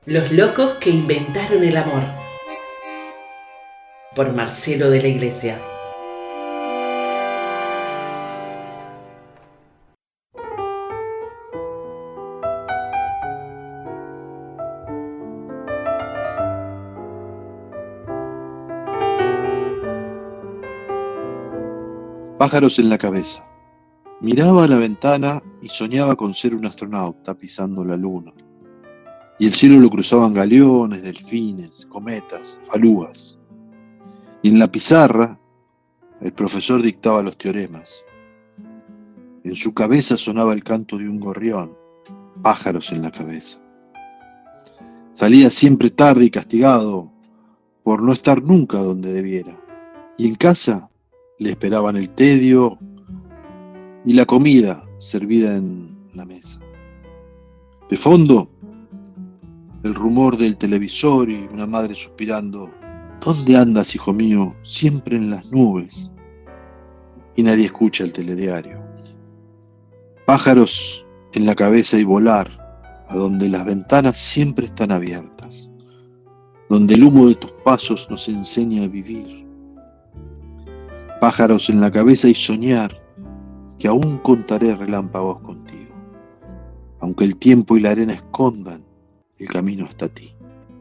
Los locos que inventaron el amor. Por Marcelo de la Iglesia. Pájaros en la cabeza. Miraba a la ventana y soñaba con ser un astronauta pisando la luna. Y el cielo lo cruzaban galeones, delfines, cometas, falúas. Y en la pizarra, el profesor dictaba los teoremas. En su cabeza sonaba el canto de un gorrión, pájaros en la cabeza. Salía siempre tarde y castigado por no estar nunca donde debiera. Y en casa le esperaban el tedio y la comida servida en la mesa. De fondo, el rumor del televisor y una madre suspirando: ¿dónde andas, hijo mío? Siempre en las nubes. Y nadie escucha el telediario. Pájaros en la cabeza y volar, a donde las ventanas siempre están abiertas, donde el humo de tus pasos nos enseña a vivir. Pájaros en la cabeza y soñar, que aún contaré relámpagos contigo, aunque el tiempo y la arena escondan el camino hasta ti.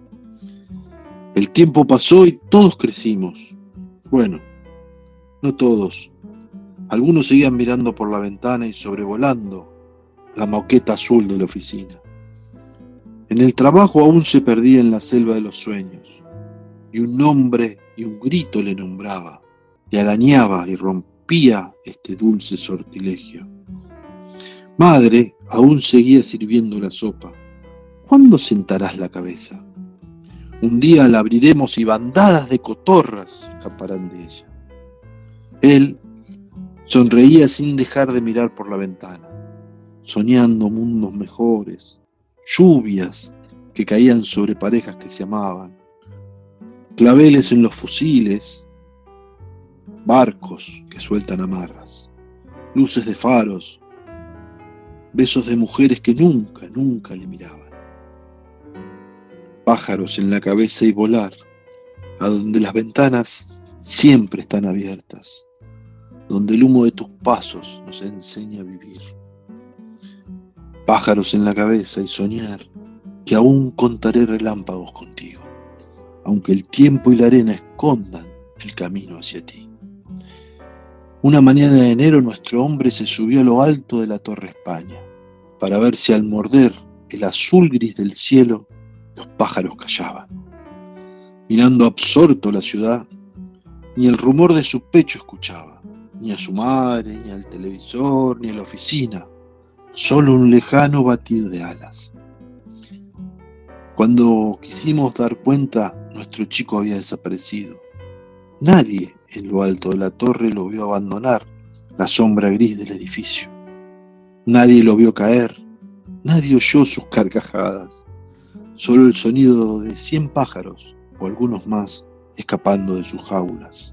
El tiempo pasó y todos crecimos. Bueno, no todos. Algunos seguían mirando por la ventana y sobrevolando la moqueta azul de la oficina. En el trabajo aún se perdía en la selva de los sueños, y un nombre y un grito le nombraba, y arañaba y rompía este dulce sortilegio. Madre aún seguía sirviendo la sopa. ¿Cuándo sentarás la cabeza? Un día la abriremos y bandadas de cotorras escaparán de ella. Él sonreía sin dejar de mirar por la ventana, soñando mundos mejores, lluvias que caían sobre parejas que se amaban, claveles en los fusiles, barcos que sueltan amarras, luces de faros, besos de mujeres que nunca le miraban. Pájaros en la cabeza y volar, a donde las ventanas siempre están abiertas, donde el humo de tus pasos nos enseña a vivir. Pájaros en la cabeza y soñar, que aún contaré relámpagos contigo, aunque el tiempo y la arena escondan el camino hacia ti. Una mañana de enero nuestro hombre se subió a lo alto de la Torre España, para ver si al morder el azul gris del cielo, los pájaros callaban. Mirando absorto la ciudad, ni el rumor de su pecho escuchaba, ni a su madre, ni al televisor, ni a la oficina, solo un lejano batir de alas. Cuando quisimos dar cuenta, nuestro chico había desaparecido. Nadie en lo alto de la torre lo vio abandonar la sombra gris del edificio. Nadie lo vio caer, nadie oyó sus carcajadas, solo el sonido de 100 pájaros o algunos más escapando de sus jaulas.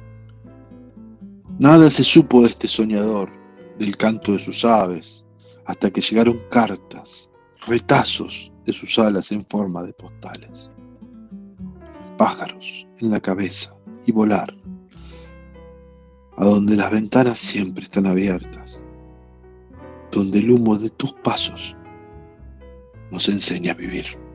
Nada se supo de este soñador, del canto de sus aves, hasta que llegaron cartas, retazos de sus alas en forma de postales. Pájaros en la cabeza y volar, a donde las ventanas siempre están abiertas, donde el humo de tus pasos nos enseña a vivir.